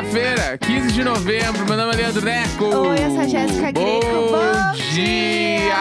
Quinta-feira, 15 de novembro. Meu nome é Leandro Neco. Oi, eu sou a Jéssica Greco. Bom dia!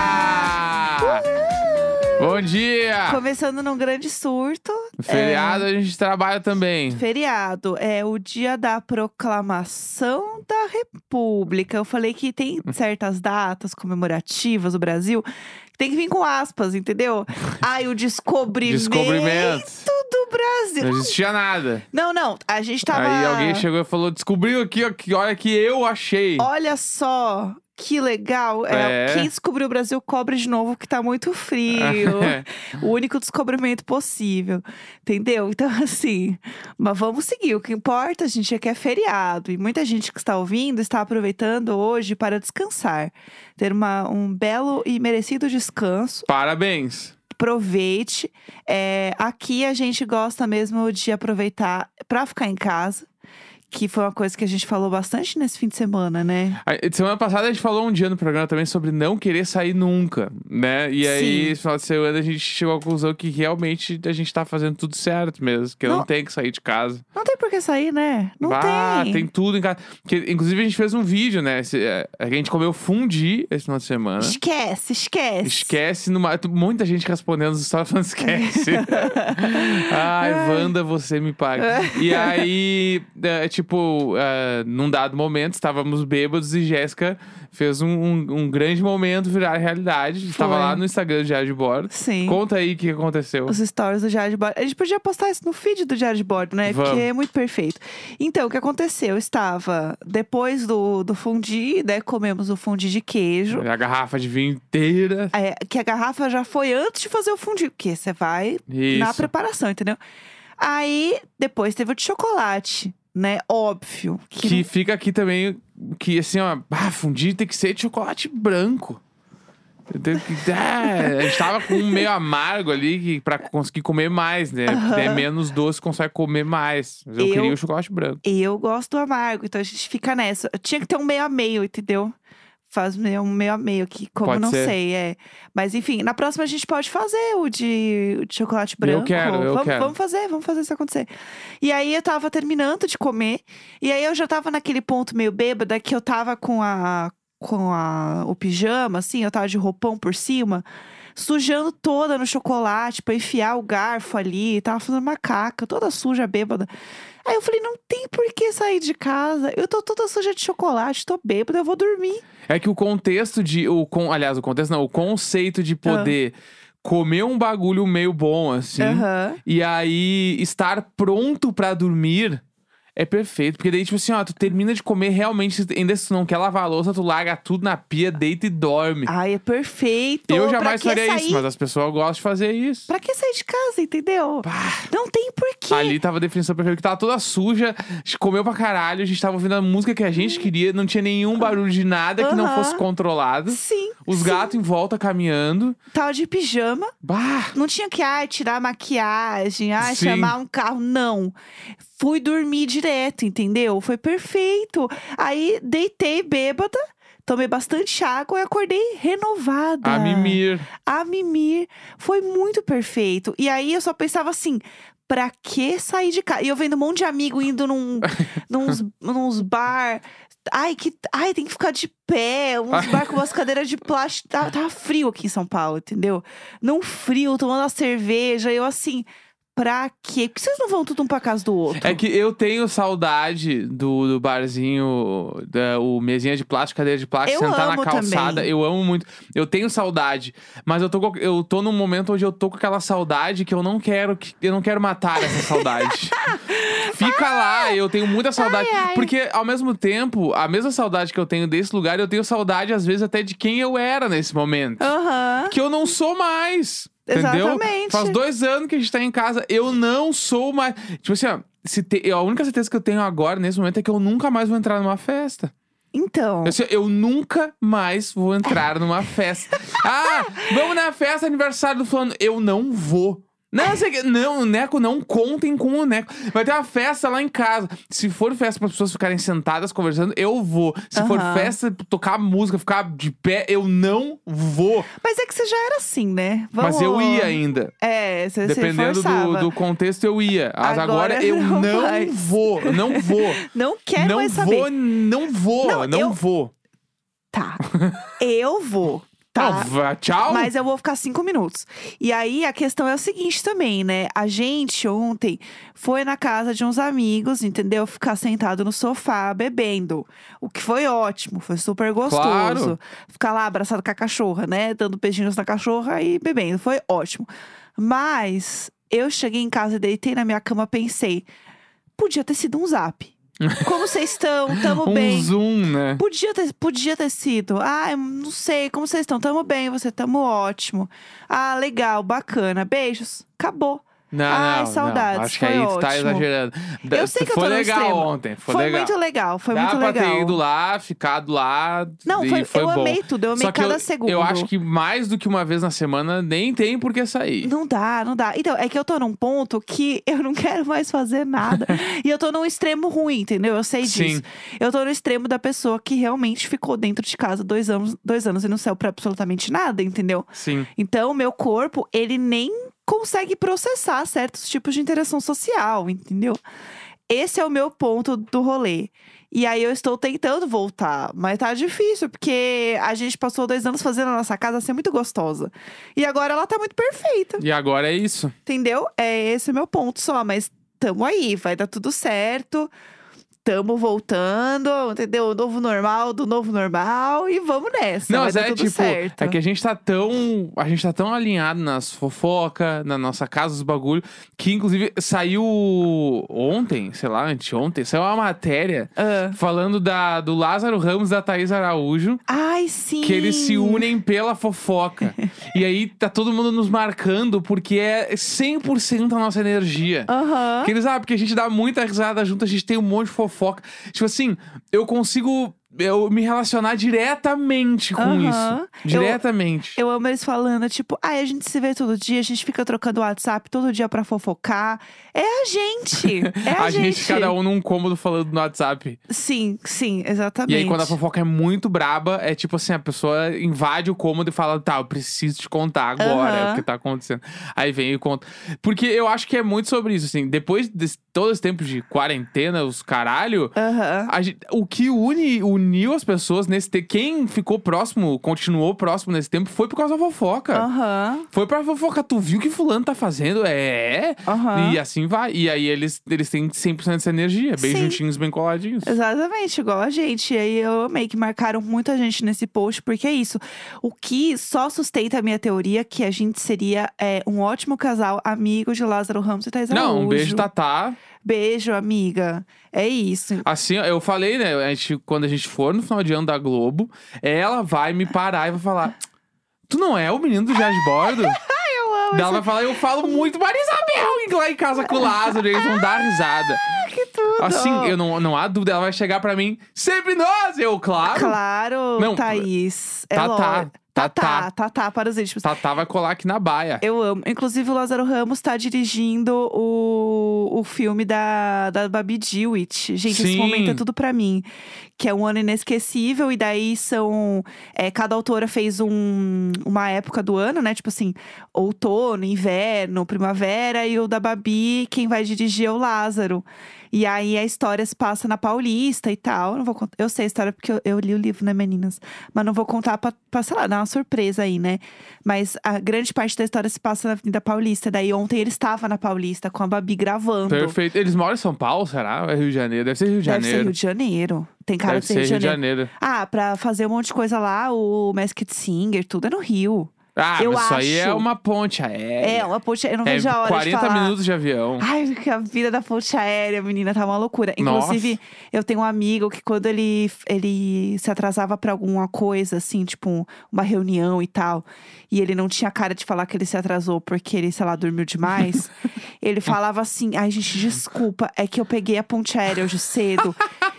Bom dia! Começando num grande surto. Feriado a gente trabalha também. Feriado é o dia da proclamação da República. Eu falei que tem certas datas comemorativas do Brasil que tem que vir com aspas, entendeu? Ai, o descobrimento do Brasil. Não existia nada. Não, a gente tava... Aí alguém chegou e falou, descobriu aqui, ó, que olha que eu achei. Olha só, que legal. Quem descobriu o Brasil cobre de novo, que tá muito frio. O único descobrimento possível, entendeu? Então, assim, mas vamos seguir. O que importa, a gente, é que é feriado. E muita gente que está ouvindo está aproveitando hoje para descansar. Ter um belo e merecido descanso. Parabéns. Aproveite. Aqui a gente gosta mesmo de aproveitar para ficar em casa. Que foi uma coisa que a gente falou bastante nesse fim de semana, né? Semana passada a gente falou um dia no programa também sobre não querer sair nunca, né? E aí, esse final de semana, a gente chegou à conclusão que realmente a gente tá fazendo tudo certo mesmo. Que não tem que sair de casa. Não tem por que sair, né? Não tem. Tem tudo em casa. Porque, inclusive, a gente fez um vídeo, né? A gente comeu fundi esse final de semana. Esquece. Muita gente respondendo os stories falando esquece. Ai, Wanda, você me paga. E aí, num dado momento, estávamos bêbados e Jéssica fez um grande momento virar realidade. Estava lá no Instagram do Diário de Bordo. Sim. Conta aí o que aconteceu. Os stories do Diário de Bordo. A gente podia postar isso no feed do Diário de Bordo, né? Vamos. Porque é muito perfeito. Então, o que aconteceu? Eu estava, depois do fundi, né? Comemos o fundi de queijo. A garrafa de vinho inteira. Que a garrafa já foi antes de fazer o fundi. Porque você vai na preparação, entendeu? Aí, depois teve o de chocolate. Né? Óbvio. Que fica aqui também, que assim, ó, fundi tem que ser de chocolate branco. A gente tava com um meio amargo ali pra conseguir comer mais, né? Porque é menos doce, consegue comer mais. Mas eu queria o chocolate branco. Eu gosto do amargo, então a gente fica nessa. Tinha que ter um meio a meio, entendeu? Faz um meio a meio aqui, como pode não ser. sei, Mas enfim, na próxima a gente pode fazer o de chocolate branco. Eu quero. Vamos fazer isso acontecer. E aí eu tava terminando de comer, e aí eu já tava naquele ponto meio bêbada, que eu tava com o pijama, assim, eu tava de roupão por cima, sujando toda no chocolate pra enfiar o garfo ali, tava fazendo uma caca, toda suja, bêbada. Aí eu falei, não tem por que sair de casa. Eu tô toda suja de chocolate, tô bêbada, eu vou dormir. É que o contexto o conceito de poder comer um bagulho meio bom, assim, e aí estar pronto pra dormir é perfeito. Porque daí, tipo assim, ó, tu termina de comer realmente, ainda se tu não quer lavar a louça, tu larga tudo na pia, deita e dorme. Ai, é perfeito. Eu jamais faria isso, mas as pessoas gostam de fazer isso. Pra que sair de casa, entendeu? Não tem porquê. Ali tava a definição perfeita, que tava toda suja, a gente comeu pra caralho, a gente tava ouvindo a música que a gente queria, não tinha nenhum barulho de nada que não fosse controlado. Sim. Os gatos em volta caminhando. Tava de pijama. Não tinha que, tirar a maquiagem, chamar um carro. Não. Fui dormir direto, entendeu? Foi perfeito. Aí, deitei bêbada, tomei bastante água e acordei renovada. A mimir. Foi muito perfeito. E aí, eu só pensava assim, pra que sair de casa? E eu vendo um monte de amigo indo nos bar. Tem que ficar de pé, uns bar com umas cadeiras de plástico. Tava frio aqui em São Paulo, entendeu? Não frio, tomando a cerveja. Eu assim... Pra quê? Por que vocês não vão tudo um pra casa do outro? É que eu tenho saudade do barzinho, o mesinha de plástico, cadeira de plástico, sentar na calçada. Também. Eu amo muito. Eu tenho saudade. Mas eu tô num momento onde eu tô com aquela saudade que eu não quero matar essa saudade. Fica lá, eu tenho muita saudade. Porque, ao mesmo tempo, a mesma saudade que eu tenho desse lugar, eu tenho saudade, às vezes, até de quem eu era nesse momento. Que eu não sou mais. Entendeu? Exatamente. Faz 2 anos que a gente tá em casa. Eu não sou mais... Tipo assim, ó, a única certeza que eu tenho agora, nesse momento, é que eu nunca mais vou entrar numa festa. Então... Eu nunca mais vou entrar numa festa. Vamos na festa aniversário do fulano. Eu não vou. Não, o Neco, não contem com o Neco. Vai ter uma festa lá em casa. Se for festa para as pessoas ficarem sentadas conversando, eu vou. Se for festa, tocar música, ficar de pé, eu não vou. Mas é que você já era assim, né? Mas eu ia ainda. Você Dependendo do contexto, eu ia. Mas agora eu não vou. Não vou. Não quero mais saber. Não vou. Tá. Eu vou. Tá? Não, tchau. Mas eu vou ficar 5 minutos. E aí, a questão é o seguinte também, né? A gente ontem foi na casa de uns amigos, entendeu? Ficar sentado no sofá, bebendo. O que foi ótimo, foi super gostoso. Claro. Ficar lá abraçado com a cachorra, né? Dando beijinhos na cachorra e bebendo. Foi ótimo. Mas eu cheguei em casa, deitei na minha cama, pensei... Podia ter sido um zap. Como vocês estão? Tamo bem. Zoom, né? Podia ter sido. Não sei, como vocês estão? Tamo bem, você tamo ótimo. Legal, bacana. Beijos. Acabou. Não, saudades. Acho que aí tu tá exagerando. Eu sei que eu tô no legal extremo. ontem. Foi legal. Muito legal. Foi Dá muito pra legal. ter ido lá, ficado lá. Não, foi eu bom. amei tudo. Eu amei cada segundo. Eu acho que mais do que uma vez na semana nem tem por que sair. Não dá. Então, é que eu tô num ponto que eu não quero mais fazer nada. E eu tô num extremo ruim, entendeu? Eu sei disso. Sim. Eu tô no extremo da pessoa que realmente ficou dentro de casa 2 anos e não saiu pra absolutamente nada, entendeu? Sim. Então, meu corpo, ele nem consegue processar certos tipos de interação social, entendeu? Esse é o meu ponto do rolê. E aí eu estou tentando voltar, mas tá difícil, porque a gente passou 2 anos fazendo a nossa casa ser muito gostosa. E agora ela tá muito perfeita, E agora é isso. entendeu? Esse é o meu ponto só, mas tamo aí, vai dar tudo certo. Tamo voltando, entendeu? O novo normal do novo normal e vamos nessa. Não, vai mas dar tudo certo. é que a gente tá tão alinhado nas fofocas, na nossa casa, os bagulho, que inclusive saiu ontem, sei lá, anteontem, saiu uma matéria falando do Lázaro Ramos e da Thaís Araújo. Ai, sim! Que eles se unem pela fofoca. E aí tá todo mundo nos marcando porque é 100% a nossa energia. Aham. Que eles, porque a gente dá muita risada junto, a gente tem um monte de fofoca. Tipo assim, eu consigo me relacionar diretamente com isso. Diretamente. Eu amo eles falando, tipo, a gente se vê todo dia, a gente fica trocando WhatsApp todo dia pra fofocar. É a gente! É a gente, cada um num cômodo falando no WhatsApp. Sim, exatamente. E aí, quando a fofoca é muito braba, é tipo assim, a pessoa invade o cômodo e fala, tá, eu preciso te contar agora o que tá acontecendo. Aí vem e conta. Porque eu acho que é muito sobre isso, assim, depois de todo esse tempo de quarentena, os caralho, o que uniu as pessoas nesse tempo, quem ficou próximo, continuou próximo nesse tempo, foi por causa da fofoca. Foi pra fofoca, tu viu o que fulano tá fazendo? E assim vai. E aí eles têm 100% dessa energia, bem juntinhos, bem coladinhos. Exatamente, igual a gente. E aí eu amei que marcaram muita gente nesse post, porque é isso. O que só sustenta a minha teoria que a gente seria um ótimo casal, amigo de Lázaro Ramos e Thaís Araújo. Não, um beijo, Tatá. Beijo, amiga. É isso. Assim, eu falei, né? Quando a gente for no final de ano da Globo, ela vai me parar e vai falar: tu não é o menino do Diário de Bordo? Eu amo. Daí ela vai falar: eu falo muito Maria Isabel lá em casa com o Lázaro. E eles vão dar risada. Que tudo. Assim, não há dúvida, ela vai chegar pra mim: sempre nós! Eu, claro. Claro, Não, Thaís. Tatá para os íntimos. Tatá vai colar aqui na baia. Eu amo. Inclusive, o Lázaro Ramos tá dirigindo o filme da Babi Dewitt. Gente, esse momento é tudo pra mim. Que é um ano inesquecível. E daí são... cada autora fez uma época do ano, né? Tipo assim, outono, inverno, primavera. E o da Babi, quem vai dirigir é o Lázaro. E aí a história se passa na Paulista e tal. Eu não vou contar. Eu sei a história porque eu li o livro, né, meninas? Mas não vou contar pra, sei lá, dar uma surpresa aí, né? Mas a grande parte da história se passa na Avenida Paulista. Daí ontem ele estava na Paulista com a Babi gravando. Perfeito. Eles moram em São Paulo, será? Ou é Rio de Janeiro? Deve ser Rio de Janeiro. Deve ser Rio de Janeiro. Tem cara de ser Rio de Janeiro. Pra fazer um monte de coisa lá, o Masked Singer, tudo é no Rio. Mas isso aí é uma ponte aérea. É, uma ponte aérea. Eu não vejo a hora 40 de falar. minutos de avião. Ai, que a vida da ponte aérea, menina, tá uma loucura. Inclusive, eu tenho um amigo que quando ele se atrasava pra alguma coisa, assim, tipo uma reunião e tal, e ele não tinha cara de falar que ele se atrasou porque ele, sei lá, dormiu demais, ele falava assim: ai, gente, desculpa, é que eu peguei a ponte aérea hoje cedo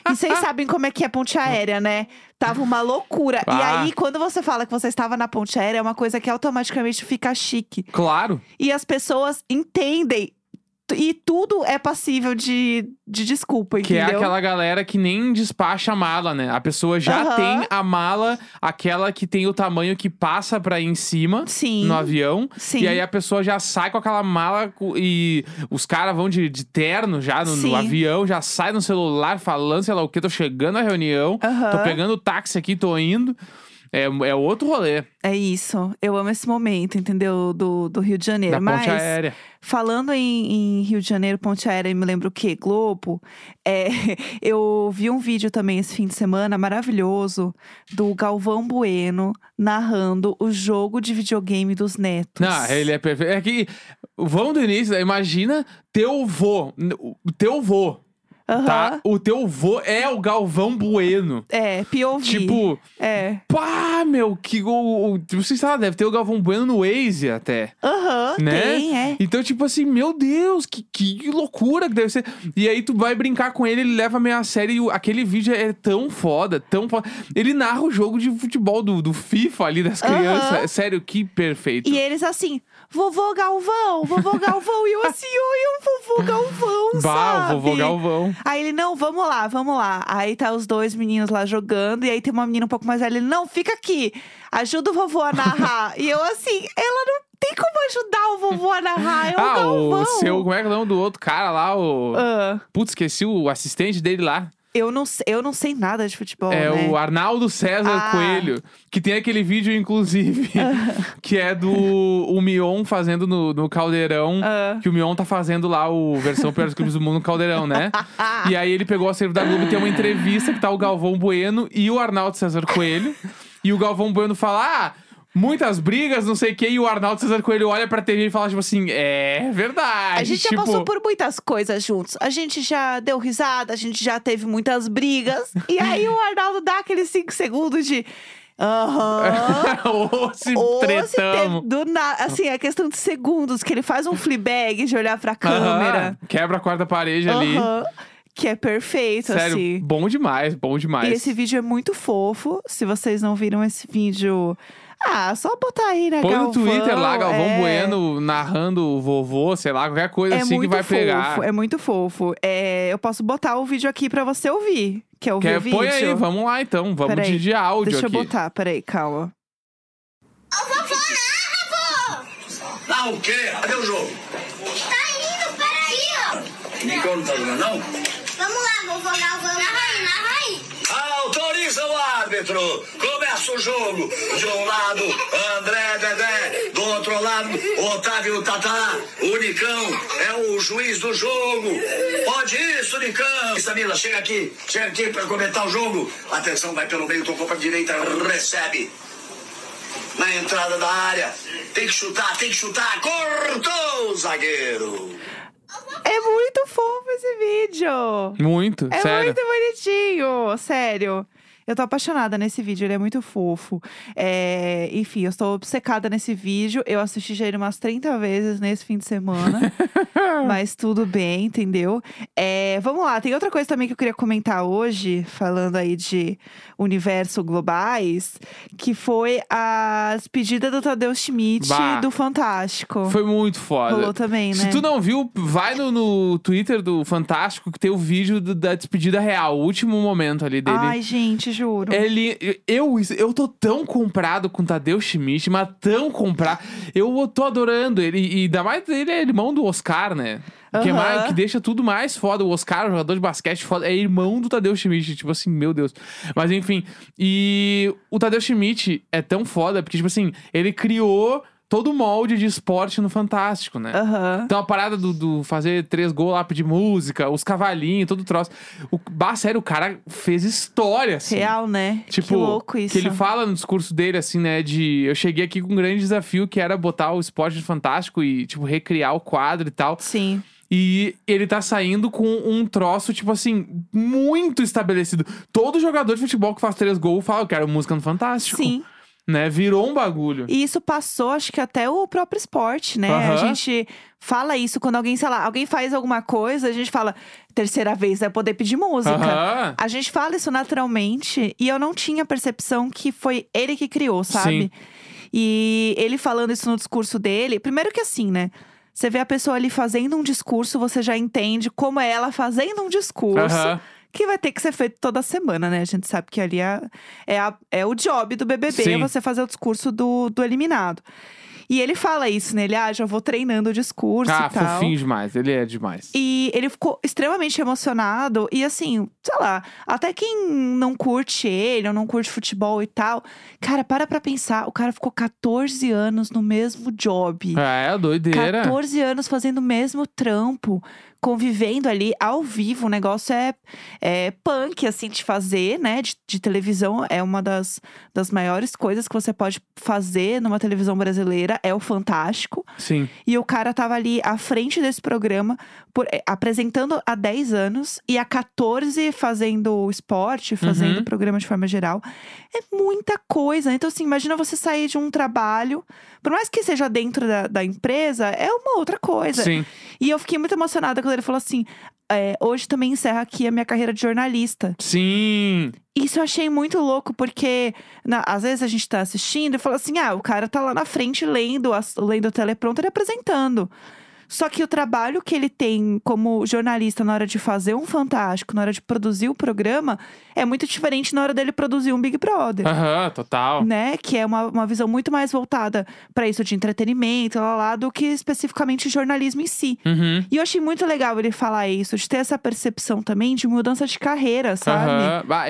E vocês sabem como é que é ponte aérea, né? Tava uma loucura. E aí, quando você fala que você estava na ponte aérea, é uma coisa que automaticamente fica chique. Claro. E as pessoas entendem. E tudo é passível de desculpa, Que entendeu? é aquela galera que nem despacha a mala, né? A pessoa já tem a mala, aquela que tem o tamanho que passa pra ir em cima Sim. no avião. Sim. E aí a pessoa já sai com aquela mala e os caras vão de terno já no avião, já sai no celular falando, sei lá o que, tô chegando à reunião, tô pegando o táxi aqui, tô indo. É outro rolê. É isso. Eu amo esse momento, entendeu? Do Rio de Janeiro. Da ponte aérea. Falando em Rio de Janeiro, ponte aérea, me lembro o quê? Globo. Eu vi um vídeo também esse fim de semana, maravilhoso, do Galvão Bueno narrando o jogo de videogame dos netos. Não, ele é perfeito. É que, vamos do início, né? Imagina teu vô. Tá? O teu vô é o Galvão Bueno. POV. Tipo, pá, meu, que tipo, sei lá, deve ter o Galvão Bueno no Waze até. Né? Tem. Então, tipo assim, meu Deus, que loucura que deve ser. E aí tu vai brincar com ele leva meio a sério. Aquele vídeo é tão foda, tão foda. Ele narra o jogo de futebol do FIFA ali das crianças. Sério, que perfeito. E eles assim, vovô Galvão. E eu assim, oi, o vovô Galvão, sabe? O vovô Galvão. Aí ele, não, vamos lá. Aí tá os dois meninos lá jogando. E aí tem uma menina um pouco mais velha. Ele, não, fica aqui. Ajuda o vovô a narrar. E eu assim, ela não tem como ajudar o vovô a narrar. É o Galvão. Como é que é o nome do outro cara lá? Putz, esqueci o assistente dele lá. Eu não sei nada de futebol, né? O Arnaldo César Coelho. Que tem aquele vídeo, inclusive, que é o Mion fazendo no Caldeirão. Que o Mion tá fazendo lá o versão Piores Clubes do Mundo no Caldeirão, né? E aí ele pegou a servo da Globo e tem uma entrevista que tá o Galvão Bueno e o Arnaldo César Coelho. E o Galvão Bueno fala, muitas brigas, não sei o quê. E o Arnaldo César Coelho olha pra TV e fala, tipo assim, é verdade. A gente já passou por muitas coisas juntos. A gente já deu risada, a gente já teve muitas brigas. E aí o Arnaldo dá aqueles 5 segundos de... Ou se tretamos. Assim, é questão de segundos que ele faz um Fleabag de olhar pra câmera. Quebra a quarta parede ali. Que é perfeito, sério, assim. Bom demais. E esse vídeo é muito fofo. Se vocês não viram esse vídeo... só botar aí, né, Põe Galvão. no Twitter lá, Galvão Bueno narrando o vovô, sei lá, qualquer coisa assim que vai pegar. É muito fofo. Eu posso botar o vídeo aqui pra você ouvir. Quer ouvir o vídeo? Põe aí, vamos lá então. Vamos de áudio deixa aqui. Deixa eu botar, peraí, calma. Ô, vovô, narra, pô! Narra o quê? Cadê o jogo? Tá indo, peraí, ó. Nicole não tá jogando, não? Vamos lá, vovô Galvão. Narra aí. Autoriza o árbitro. Começa o jogo. De um lado, André Dedé. Do outro lado, Otávio Tatá. O Nicão é o juiz do jogo. Pode isso, Nicão. Samila, chega aqui para comentar o jogo. Atenção, vai pelo meio, tocou pra direita, recebe. Na entrada da área. Tem que chutar. Cortou o zagueiro. É muito fofo esse vídeo. Muito, sério. É muito bonitinho, sério. Eu tô apaixonada nesse vídeo, ele é muito fofo. Enfim, eu estou obcecada nesse vídeo. Eu assisti já ele umas 30 vezes nesse fim de semana. Mas tudo bem, entendeu? Vamos lá, tem outra coisa também que eu queria comentar hoje, falando aí de universo globais, que foi a despedida do Tadeu Schmidt do Fantástico. Foi muito foda. Rolou também, né? Se tu não viu, vai no Twitter do Fantástico que tem o vídeo da despedida real, o último momento ali dele. Ai, gente, juro. Eu tô tão comprado com o Tadeu Schmidt, mas tão comprado. Eu tô adorando ele. E ainda mais ele é irmão do Oscar, né? Que deixa tudo mais foda. O Oscar, o jogador de basquete foda, é irmão do Tadeu Schmidt. Tipo assim, meu Deus. Mas enfim. E o Tadeu Schmidt é tão foda porque, tipo assim, ele criou todo o molde de esporte no Fantástico, né? Então a parada do fazer 3 gols lá, pedir música, os cavalinhos, todo o troço. Sério, o cara fez história, assim. Real, né? Tipo, que louco isso. Que ele fala no discurso dele, assim, né? Eu cheguei aqui com um grande desafio, que era botar o esporte no Fantástico e, tipo, recriar o quadro e tal. Sim. E ele tá saindo com um troço, tipo assim, muito estabelecido. Todo jogador de futebol que faz 3 gols fala, eu quero música no Fantástico. Sim. né? Virou um bagulho. E isso passou, acho que até o próprio esporte, né? A Aham. gente fala isso quando alguém, sei lá, alguém faz alguma coisa, a gente fala, terceira vez vai poder pedir música. Aham. A gente fala isso naturalmente e eu não tinha percepção que foi ele que criou, sabe? Sim. E ele falando isso no discurso dele, primeiro que assim, né? Você vê a pessoa ali fazendo um discurso, você já entende como é ela fazendo um discurso. Aham. Que vai ter que ser feito toda semana, né? A gente sabe que ali é o job do BBB, Sim. você fazer o discurso do eliminado. E ele fala isso, né? Ele, já vou treinando o discurso Ah, e tal. fofinho demais. Ele é demais. E ele ficou extremamente emocionado. E assim, sei lá, até quem não curte ele ou não curte futebol e tal, cara, para pra pensar. O cara ficou 14 anos no mesmo job. É, doideira. 14 anos fazendo o mesmo trampo, convivendo ali ao vivo. O negócio é punk, assim, de fazer, né? De televisão. É uma das maiores coisas que você pode fazer numa televisão brasileira. É o Fantástico. Sim. E o cara tava ali à frente desse programa, apresentando há 10 anos. E há 14 fazendo esporte, fazendo programa de forma geral. É muita coisa. Então, assim, imagina você sair de um trabalho. Por mais que seja dentro da empresa, é uma outra coisa. Sim. E eu fiquei muito emocionada quando ele falou assim: hoje também encerra aqui a minha carreira de jornalista. Sim. Isso eu achei muito louco, porque às vezes a gente tá assistindo e fala assim: o cara tá lá na frente lendo o teleprompter e apresentando. Só que o trabalho que ele tem como jornalista na hora de fazer um Fantástico, na hora de produzir o programa, é muito diferente na hora dele produzir um Big Brother. Aham, total. Né? Que é uma visão muito mais voltada pra isso de entretenimento, do que especificamente jornalismo em si. Uhum. E eu achei muito legal ele falar isso, de ter essa percepção também de mudança de carreira, sabe? Aham.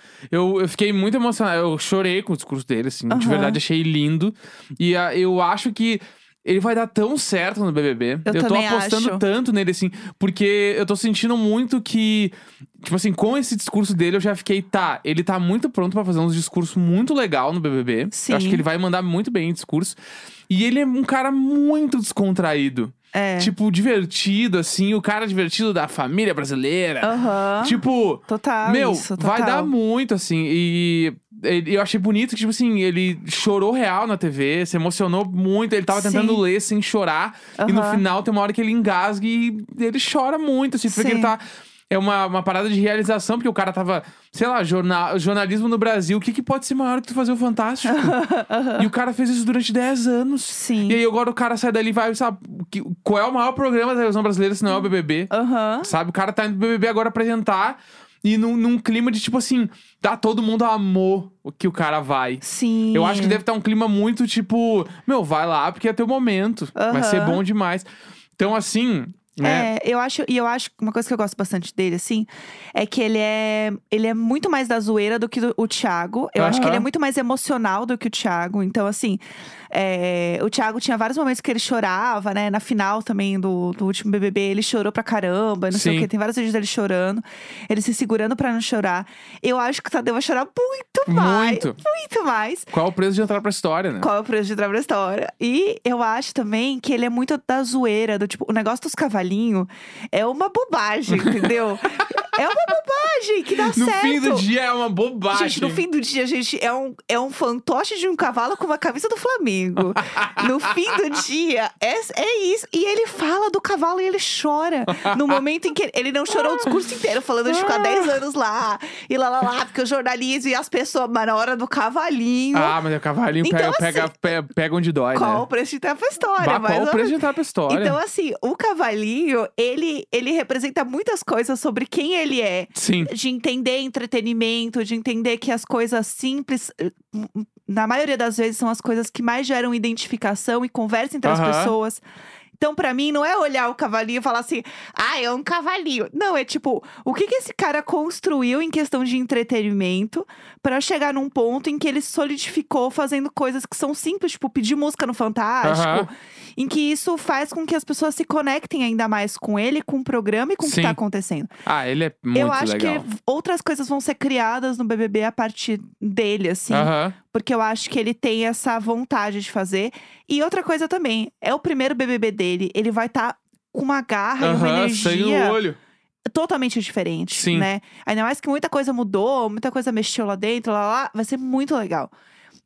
Eu fiquei muito emocionado. Eu chorei com o discurso dele, assim. De Aham. verdade, achei lindo. E eu acho que ele vai dar tão certo no BBB. Eu tô também apostando acho. tanto nele, assim. Porque eu tô sentindo muito que... Tipo assim, com esse discurso dele, eu já fiquei... Tá, ele tá muito pronto pra fazer um discurso muito legal no BBB. Sim. Eu acho que ele vai mandar muito bem em discurso. E ele é um cara muito descontraído. É. Tipo, divertido, assim. O cara divertido da família brasileira. Aham. Tipo... Total, Meu, isso, total. vai dar muito, assim. E eu achei bonito que, tipo assim, ele chorou real na TV, se emocionou muito. Ele tava tentando Sim. ler sem chorar. E no Aham. final tem uma hora que ele engasga e ele chora muito, assim. Porque Sim. ele tá... É uma parada de realização, porque o cara tava... Sei lá, jornalismo no Brasil. O que pode ser maior que tu fazer o Fantástico? E o cara fez isso durante 10 anos. Sim. E aí agora o cara sai dali e vai, sabe... Qual é o maior programa da televisão brasileira se não é o BBB? Aham. Sabe? O cara tá indo pro BBB agora apresentar. E num clima de tipo assim, todo mundo amou o que o cara vai. Sim. Eu acho que deve estar um clima muito tipo, meu, vai lá porque é teu momento. Vai ser Aham. bom demais. Então, assim, né? Eu acho que uma coisa que eu gosto bastante dele, assim, é que ele é muito mais da zoeira do que o Thiago. Eu acho que ele é Aham. muito mais emocional do que o Thiago. Então, assim, o Thiago tinha vários momentos que ele chorava, né? Na final também do último BBB, ele chorou pra caramba, não sei o Sim. quê. Tem vários vídeos dele chorando, ele se segurando pra não chorar. Eu acho que o Tadeu vai chorar muito mais. Muito. Muito mais. Qual é o preço de entrar pra história, né? Qual é o preço de entrar pra história? E eu acho também que ele é muito da zoeira, do tipo, o negócio dos cavalinhos é uma bobagem, entendeu? É uma bobagem que dá No certo. fim do dia é uma bobagem. Gente, no fim do dia, gente, é um fantoche de um cavalo com uma camisa do Flamengo. No fim do dia, é isso. E ele fala do cavalo e ele chora. No momento em que ele não chorou o discurso inteiro, falando de ficar 10 anos lá. E lá, porque o jornalismo e as pessoas... Mas na hora do cavalinho... Ah, mas o cavalinho Então, pega onde dói, qual né? o preço de entrar pra história? Qual mais o ou preço menos. de entrar pra história? Então, assim, o cavalinho, ele representa muitas coisas sobre quem ele é. Sim. De entender entretenimento, de entender que as coisas simples, na maioria das vezes, são as coisas que mais geram identificação e conversa entre as Aham. pessoas. Então, pra mim, não é olhar o cavalinho e falar assim, é um cavalinho. Não, é tipo, o que esse cara construiu em questão de entretenimento pra chegar num ponto em que ele solidificou fazendo coisas que são simples, tipo, pedir música no Fantástico. Aham. Em que isso faz com que as pessoas se conectem ainda mais com ele, com o programa e com o que Sim. tá acontecendo. Ele é muito Eu acho legal. que outras coisas vão ser criadas no BBB a partir dele, assim. Aham. Porque eu acho que ele tem essa vontade de fazer. E outra coisa também, é o primeiro BBB dele. Ele vai estar com uma garra e uma Aham, sangue no energia olho. totalmente diferente, Sim. né? Ainda mais que muita coisa mudou, muita coisa mexeu lá dentro, lá. Vai ser muito legal.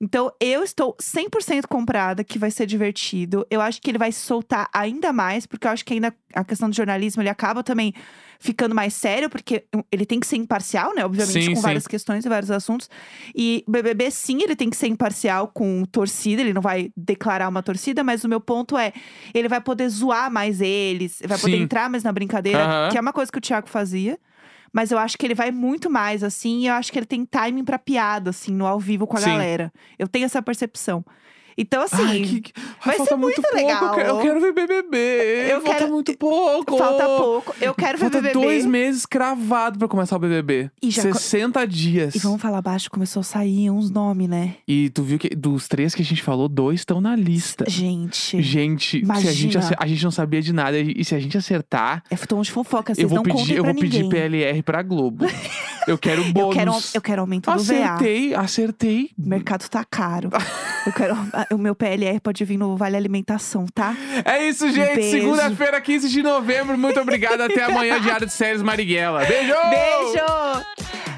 Então, eu estou 100% comprada que vai ser divertido. Eu acho que ele vai se soltar ainda mais, porque eu acho que ainda a questão do jornalismo, ele acaba também ficando mais sério, porque ele tem que ser imparcial, né? Obviamente, Sim, com sim. várias questões e vários assuntos. E o BBB, sim, ele tem que ser imparcial com torcida, ele não vai declarar uma torcida, mas o meu ponto é, ele vai poder zoar mais eles, vai poder Sim. entrar mais na brincadeira, Aham. que é uma coisa que o Thiago fazia. Mas eu acho que ele vai muito mais, assim, e eu acho que ele tem timing pra piada, assim, no ao vivo com a Sim. galera. Eu tenho essa percepção. Então, assim, Ai, vai falta ser muito muito pouco. legal. Eu quero ver BBB. Eu falta quero- muito pouco. falta pouco. Eu quero ver Falta BBB. 2 meses cravado pra começar o BBB. E já 60 dias. E vamos falar baixo, começou a sair uns nomes, né? E tu viu que dos 3 que a gente falou, 2 estão na lista. Gente, Gente, se Imagina. a gente não sabia de nada. E se a gente acertar, é tom de fofoca, eu vocês vou não contem pedir, eu pra vou pedir ninguém. PLR pra Globo. Eu quero bônus. Eu quero aumento do VA. Acertei. O mercado tá caro. Eu quero. O meu PLR pode vir no Vale Alimentação, tá? É isso, gente. Beijo. Segunda-feira, 15 de novembro. Muito obrigado. Até amanhã, Diário de Séries Marighella. Beijo! Beijo!